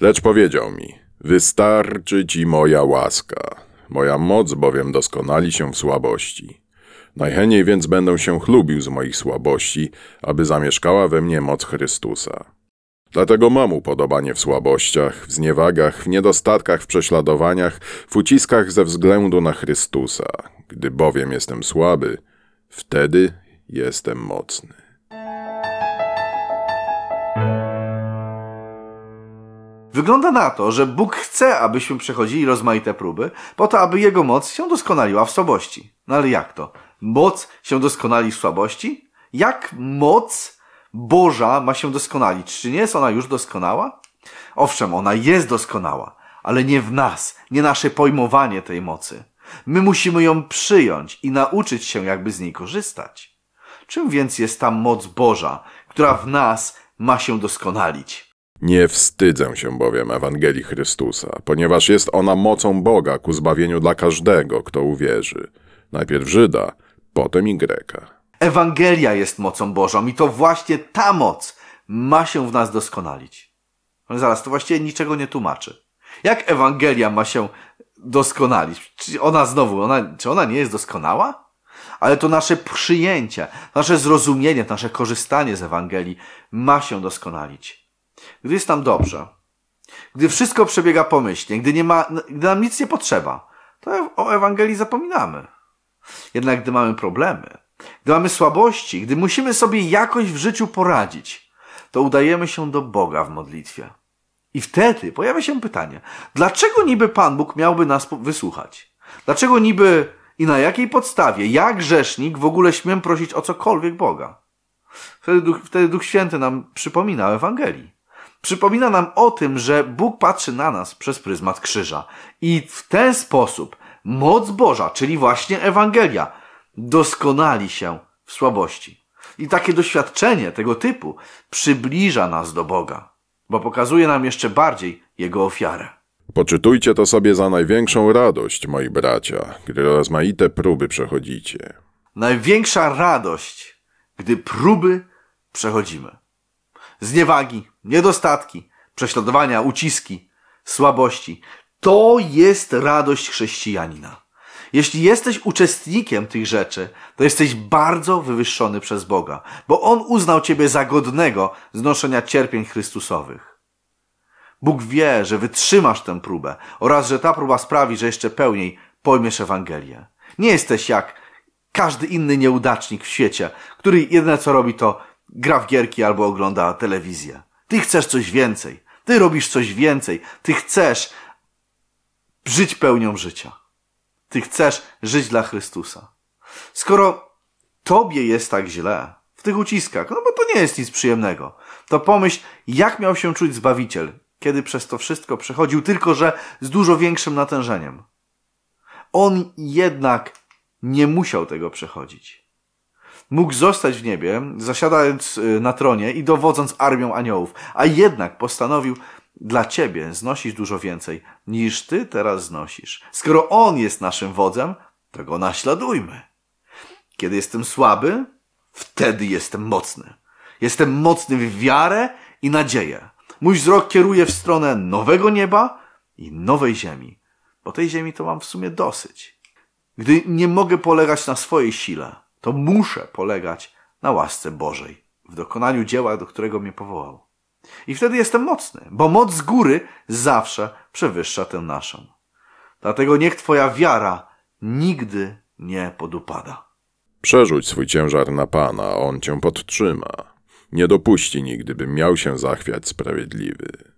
Lecz powiedział mi: wystarczy ci moja łaska, moja moc bowiem doskonali się w słabości. Najchętniej więc będę się chlubił z moich słabości, aby zamieszkała we mnie moc Chrystusa. Dlatego mam upodobanie w słabościach, w zniewagach, w niedostatkach, w prześladowaniach, w uciskach ze względu na Chrystusa. Gdy bowiem jestem słaby, wtedy jestem mocny. Wygląda na to, że Bóg chce, abyśmy przechodzili rozmaite próby, po to, aby Jego moc się doskonaliła w słabości. No ale jak to? Moc się doskonali w słabości? Jak moc Boża ma się doskonalić? Czy nie jest ona już doskonała? Owszem, ona jest doskonała, ale nie w nas, nie nasze pojmowanie tej mocy. My musimy ją przyjąć i nauczyć się, jakby z niej korzystać. Czym więc jest ta moc Boża, która w nas ma się doskonalić? Nie wstydzę się bowiem Ewangelii Chrystusa, ponieważ jest ona mocą Boga ku zbawieniu dla każdego, kto uwierzy. Najpierw Żyda, potem i Greka. Ewangelia jest mocą Bożą i to właśnie ta moc ma się w nas doskonalić. Ale zaraz, to właściwie niczego nie tłumaczy. Jak Ewangelia ma się doskonalić? Czy ona nie jest doskonała? Ale to nasze przyjęcie, nasze zrozumienie, nasze korzystanie z Ewangelii ma się doskonalić. Gdy jest nam dobrze, gdy wszystko przebiega pomyślnie, gdy nam nic nie potrzeba, to o Ewangelii zapominamy. Jednak gdy mamy problemy, gdy mamy słabości, gdy musimy sobie jakoś w życiu poradzić, to udajemy się do Boga w modlitwie. I wtedy pojawia się pytanie, dlaczego niby Pan Bóg miałby nas wysłuchać? Dlaczego niby i na jakiej podstawie, jak grzesznik w ogóle śmiem prosić o cokolwiek Boga? Wtedy Duch Święty nam przypomina o Ewangelii. Przypomina nam o tym, że Bóg patrzy na nas przez pryzmat krzyża. I w ten sposób moc Boża, czyli właśnie Ewangelia, doskonali się w słabości. I takie doświadczenie tego typu przybliża nas do Boga, bo pokazuje nam jeszcze bardziej Jego ofiarę. Poczytujcie to sobie za największą radość, moi bracia, gdy rozmaite próby przechodzicie. Największa radość, gdy próby przechodzimy. Zniewagi, niedostatki, prześladowania, uciski, słabości. To jest radość chrześcijanina. Jeśli jesteś uczestnikiem tych rzeczy, to jesteś bardzo wywyższony przez Boga, bo On uznał ciebie za godnego znoszenia cierpień Chrystusowych. Bóg wie, że wytrzymasz tę próbę oraz że ta próba sprawi, że jeszcze pełniej pojmiesz Ewangelię. Nie jesteś jak każdy inny nieudacznik w świecie, który jedyne co robi to gra w gierki albo ogląda telewizję. Ty chcesz coś więcej. Ty robisz coś więcej. Ty chcesz żyć pełnią życia. Ty chcesz żyć dla Chrystusa. Skoro tobie jest tak źle w tych uciskach, no bo to nie jest nic przyjemnego, to pomyśl, jak miał się czuć Zbawiciel, kiedy przez to wszystko przechodził, tylko że z dużo większym natężeniem. On jednak nie musiał tego przechodzić. Mógł zostać w niebie, zasiadając na tronie i dowodząc armią aniołów, a jednak postanowił dla ciebie znosić dużo więcej, niż ty teraz znosisz. Skoro On jest naszym wodzem, to Go naśladujmy. Kiedy jestem słaby, wtedy jestem mocny. Jestem mocny w wiarę i nadzieję. Mój wzrok kieruje w stronę nowego nieba i nowej ziemi, bo tej ziemi to mam w sumie dosyć. Gdy nie mogę polegać na swojej sile, to muszę polegać na łasce Bożej, w dokonaniu dzieła, do którego mnie powołał. I wtedy jestem mocny, bo moc z góry zawsze przewyższa tę naszą. Dlatego niech twoja wiara nigdy nie podupada. Przerzuć swój ciężar na Pana, a On cię podtrzyma. Nie dopuści nigdy, by miał się zachwiać sprawiedliwy.